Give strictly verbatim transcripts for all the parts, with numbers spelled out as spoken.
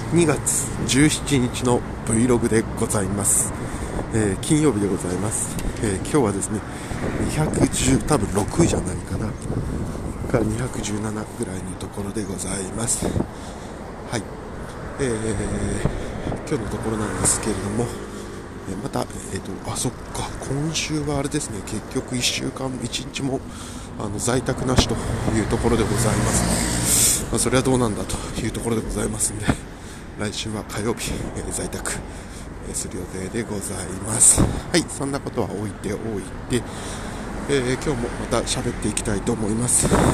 にがつじゅうしちにちの Vlog でございます、えー、金曜日でございます、えー、今日はですねにひゃくじゅう多分ろくじゃないかなからにひゃくじゅうななぐらいのところでございます。はい、えー、今日のところなんですけれども、えー、また、えーと、あそっか今週はあれですね、結局いっしゅうかんいちにちもあの在宅なしというところでございます。まあ、それはどうなんだというところでございますんで、来週は火曜日、えー、在宅、えー、する予定でございます。はい、そんなことは置いておいて、えー、今日もまた喋っていきたいと思います。今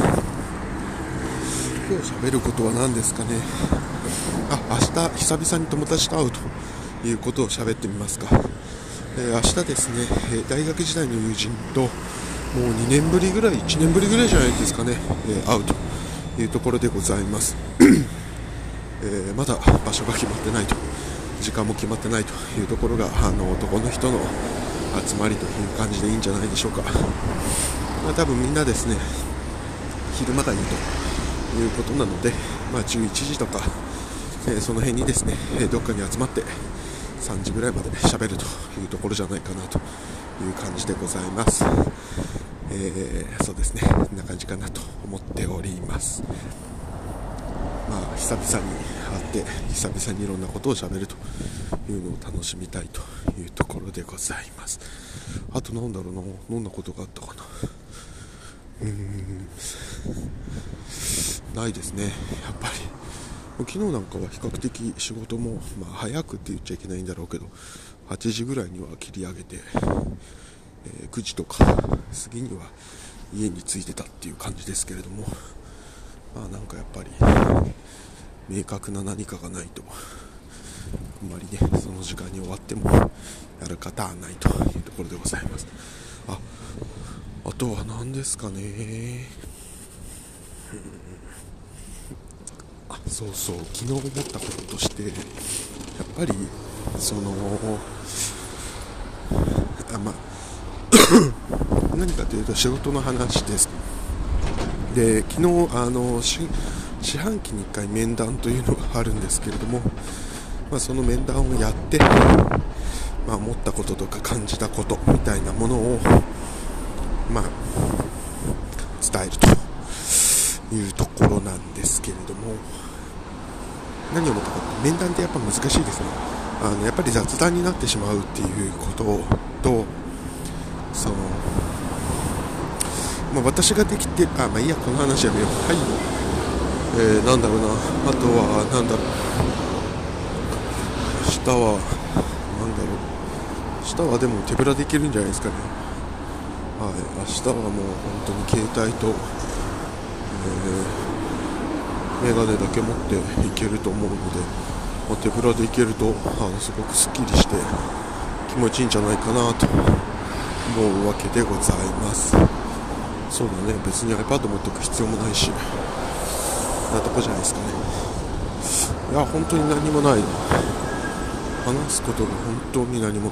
日喋ることは何ですかね。あ、明日久々に友達と会うということを喋ってみますか。えー、明日ですね、えー、大学時代の友人ともうにねんぶりぐらいいちねんぶりぐらいじゃないですかね、えー、会うというところでございます。えー、まだ場所が決まってないと、時間も決まってないというところがあの男の人の集まりという感じでいいんじゃないでしょうか。まあ、多分みんなですね昼間がいいということなので、まあ、じゅういちじとか、えー、その辺にですね、えー、どっかに集まってさんじぐらいまで喋るというところじゃないかなという感じでございます。えー、そうですね、こんな感じかなと思っております。まあ、久々に会って久々にいろんなことを喋るというのを楽しみたいというところでございます。あとなんだろうな、どんなことがあったかな。うーんないですね。やっぱり昨日なんかは比較的仕事も、まあ、早くって言っちゃいけないんだろうけどはちじぐらいには切り上げて、えー、くじとか過ぎには家に着いてたっていう感じですけれども、まあなんかやっぱり明確な何かがないとあんまりねその時間に終わってもやる方はないというところでございます。あ、あとは何ですかね。あ、そうそう、昨日思ったこととしてやっぱりそのあ、まあ何かというと仕事の話です。で、昨日あの四半期にいっかい面談というのがあるんですけれども、まあ、その面談をやって、まあ、思ったこととか感じたことみたいなものを、まあ、伝えるというところなんですけれども、何を思ったかって面談ってやっぱ難しいですね。あのやっぱり雑談になってしまうっていうことと、そのまあ、私ができて、あ、まあいいや、この話やめよう。はい、えー、なんだろうな、あとは、なんだろう、明日は、なんだろう、明日はでも手ぶらでいけるんじゃないですかね。はい、明日はもう本当に携帯と、えー、メガネだけ持っていけると思うので、まあ、手ぶらでいけると、あのすごくスッキリして気持ちいいんじゃないかなと思うわけでございます。そうだね、別に iPad 持っていく必要もないし、なとこじゃないですかね。いや、本当に何もない。話すことが本当に何もない。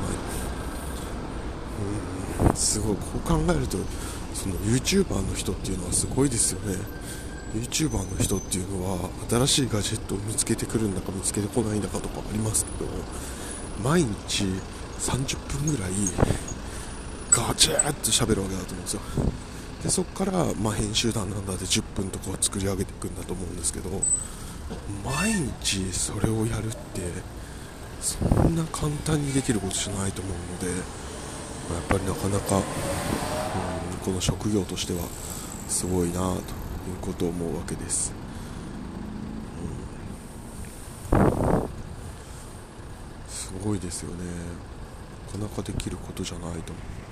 うん、すごい、こう考えると、その YouTuber の人っていうのはすごいですよね。YouTuber の人っていうのは、新しいガジェットを見つけてくるんだか見つけてこないんだかとかありますけど、毎日さんじゅっぷんぐらい、ガチャーッと喋るわけだと思うんですよ。でそこから、まあ、編集団なんだでじゅっぷんとかを作り上げていくんだと思うんですけど、毎日それをやるってそんな簡単にできることじゃないと思うので、まあ、やっぱりなかなか、うん、この職業としてはすごいなということを思うわけです。うん、すごいですよね。なかなかできることじゃないと思う。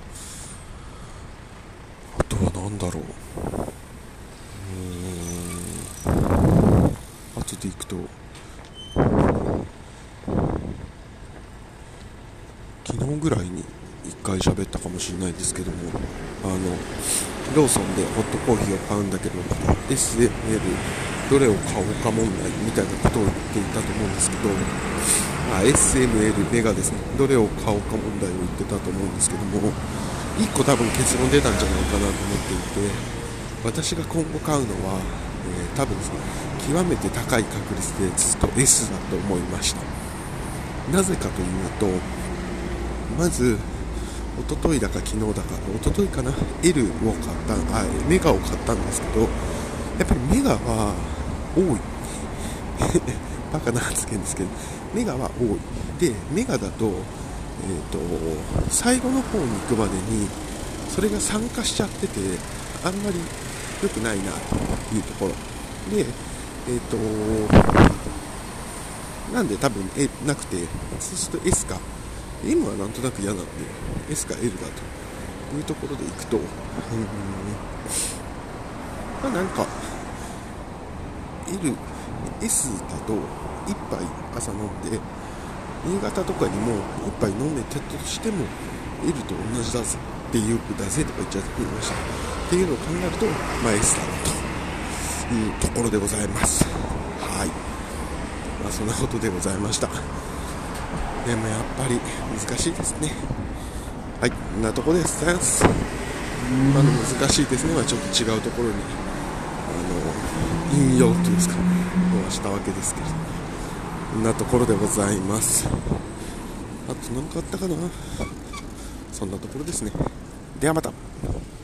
あとは何だろう、うーん後でいくと、昨日ぐらいにいっかい喋ったかもしれないですけども、あのローソンでホットコーヒーを買うんだけど エスエムエル どれを買おうか問題みたいなことを言っていたと思うんですけど、あ エスエムエル メガですね、どれを買おうか問題を言ってたと思うんですけども、いっこ多分結論出たんじゃないかなと思っていて、私が今後買うのは、えー、多分ですね、極めて高い確率でずっと エス だと思いました。なぜかというと、まず一昨日だか昨日だか、一昨日かな、 L を買ったあメガを買ったんですけど、やっぱりメガは多いバカな発言ですけど、メガは多い。でメガだと、えーと最後の方に行くまでにそれが酸化しちゃってて、あんまり良くないなというところで、えっ、となんで多分えなくて、そうすると S か M はなんとなく嫌なんで S か L だというところでいくと、うん、まあなんか L、S だといっぱい朝飲んで、新潟とかにもいっぱい飲めたとしても L と同じだぜっていうだぜとか言っちゃってくれましたっていうのを考えると、まあ S だろうというところでございます。はい、まあそんなことでございました。でもやっぱり難しいですね。はい、こんなところでございます。今の難しいですねはちょっと違うところにあの引用というんですかはしたわけですけれども、こんなところでございます。あと何かあったかな。そんなところですね。ではまた。